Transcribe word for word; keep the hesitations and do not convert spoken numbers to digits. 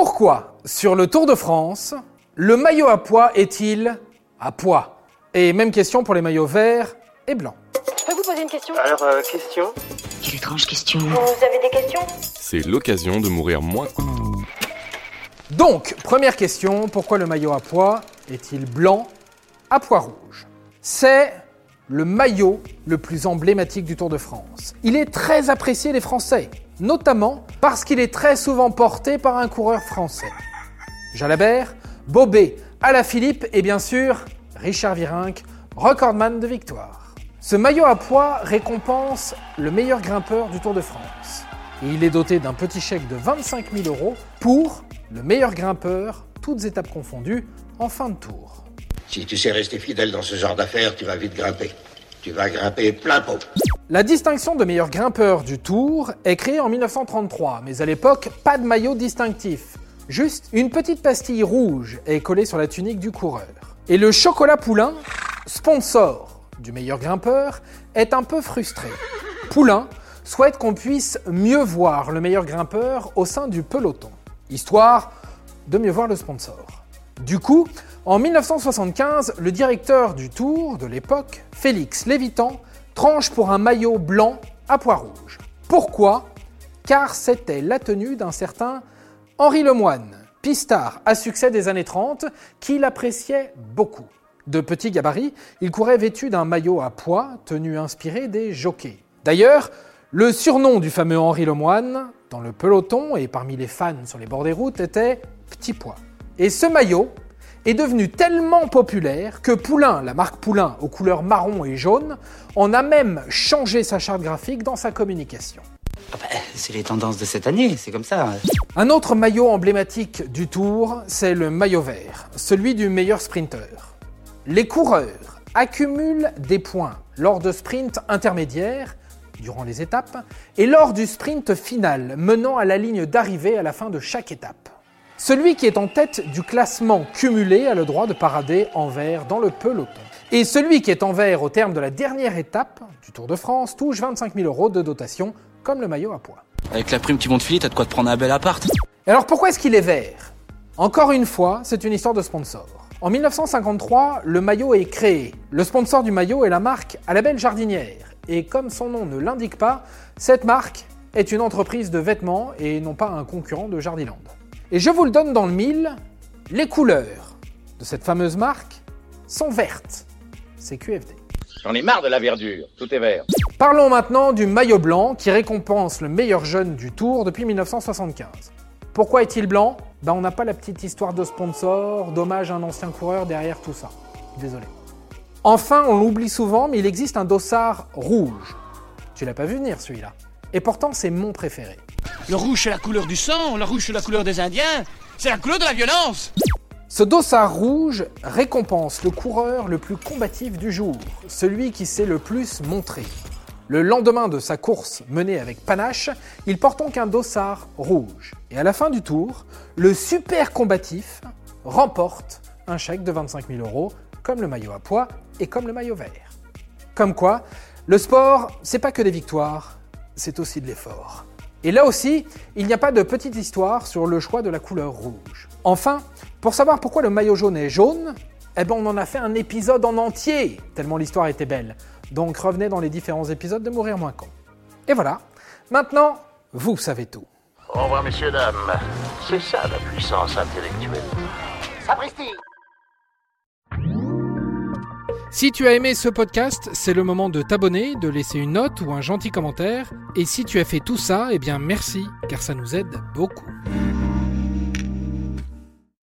Pourquoi, sur le Tour de France, le maillot à pois est-il à pois? Et même question pour les maillots verts et blancs. Je peux vous poser une question? Alors, euh, question? Quelle étrange question. Vous avez des questions? C'est l'occasion de mourir moins. Donc, première question, pourquoi le maillot à pois est-il blanc à pois rouge? C'est le maillot le plus emblématique du Tour de France. Il est très apprécié des Français, notamment parce qu'il est très souvent porté par un coureur français. Jalabert, Bobet, Alaphilippe et bien sûr Richard Virenque, recordman de victoire. Ce maillot à pois récompense le meilleur grimpeur du Tour de France. Et il est doté d'un petit chèque de vingt-cinq mille euros pour le meilleur grimpeur, toutes étapes confondues, en fin de tour. Si tu sais rester fidèle dans ce genre d'affaires, tu vas vite grimper. Tu vas grimper plein pot. La distinction de meilleur grimpeur du Tour est créée en dix-neuf cent trente-trois, mais à l'époque, pas de maillot distinctif. Juste une petite pastille rouge est collée sur la tunique du coureur. Et le chocolat Poulain, sponsor du meilleur grimpeur, est un peu frustré. Poulain souhaite qu'on puisse mieux voir le meilleur grimpeur au sein du peloton, histoire de mieux voir le sponsor. Du coup, en dix-neuf cent soixante-quinze, le directeur du Tour de l'époque, Félix Lévitan, tranche pour un maillot blanc à pois rouge. Pourquoi? Car c'était la tenue d'un certain Henri Lemoine, pistard à succès des années trente, qui l'appréciait beaucoup. De petit gabarit, il courait vêtu d'un maillot à pois, tenue inspirée des jockeys. D'ailleurs, le surnom du fameux Henri Lemoine, dans le peloton et parmi les fans sur les bords des routes, était Petit Pois. Et ce maillot est devenu tellement populaire que Poulain, la marque Poulain aux couleurs marron et jaune, en a même changé sa charte graphique dans sa communication. Ah bah, c'est les tendances de cette année, c'est comme ça. Un autre maillot emblématique du Tour, c'est le maillot vert, celui du meilleur sprinter. Les coureurs accumulent des points lors de sprints intermédiaires, durant les étapes, et lors du sprint final menant à la ligne d'arrivée à la fin de chaque étape. Celui qui est en tête du classement cumulé a le droit de parader en vert dans le peloton. Et celui qui est en vert au terme de la dernière étape du Tour de France touche vingt-cinq mille euros de dotation, comme le maillot à pois. Avec la prime qu'ils vont te filer, t'as de quoi te prendre un bel appart. Et alors pourquoi est-ce qu'il est vert? Encore une fois, c'est une histoire de sponsor. En dix-neuf cent cinquante-trois, le maillot est créé. Le sponsor du maillot est la marque À la Belle Jardinière. Et comme son nom ne l'indique pas, cette marque est une entreprise de vêtements et non pas un concurrent de Jardiland. Et je vous le donne dans le mille, les couleurs de cette fameuse marque sont vertes. C'est Q F D. J'en ai marre de la verdure, tout est vert. Parlons maintenant du maillot blanc qui récompense le meilleur jeune du Tour depuis dix-neuf cent soixante-quinze. Pourquoi est-il blanc? Ben, on n'a pas la petite histoire de sponsor, d'hommage à un ancien coureur derrière tout ça. Désolé. Enfin, on l'oublie souvent, mais il existe un dossard rouge. Tu l'as pas vu venir celui-là. Et pourtant, c'est mon préféré. Le rouge, c'est la couleur du sang, le rouge, c'est la couleur des Indiens, c'est la couleur de la violence. Ce dossard rouge récompense le coureur le plus combatif du jour, celui qui s'est le plus montré. Le lendemain de sa course menée avec panache, il porte donc un dossard rouge. Et à la fin du tour, le super combatif remporte un chèque de vingt-cinq mille euros, comme le maillot à pois et comme le maillot vert. Comme quoi, le sport, c'est pas que des victoires, c'est aussi de l'effort. Et là aussi, il n'y a pas de petite histoire sur le choix de la couleur rouge. Enfin, pour savoir pourquoi le maillot jaune est jaune, eh ben on en a fait un épisode en entier, tellement l'histoire était belle. Donc revenez dans les différents épisodes de Mourir moins con. Et voilà, maintenant, vous savez tout. Au revoir, messieurs, dames. C'est ça la puissance intellectuelle. Sapristi! Si tu as aimé ce podcast, c'est le moment de t'abonner, de laisser une note ou un gentil commentaire. Et si tu as fait tout ça, eh bien merci, car ça nous aide beaucoup.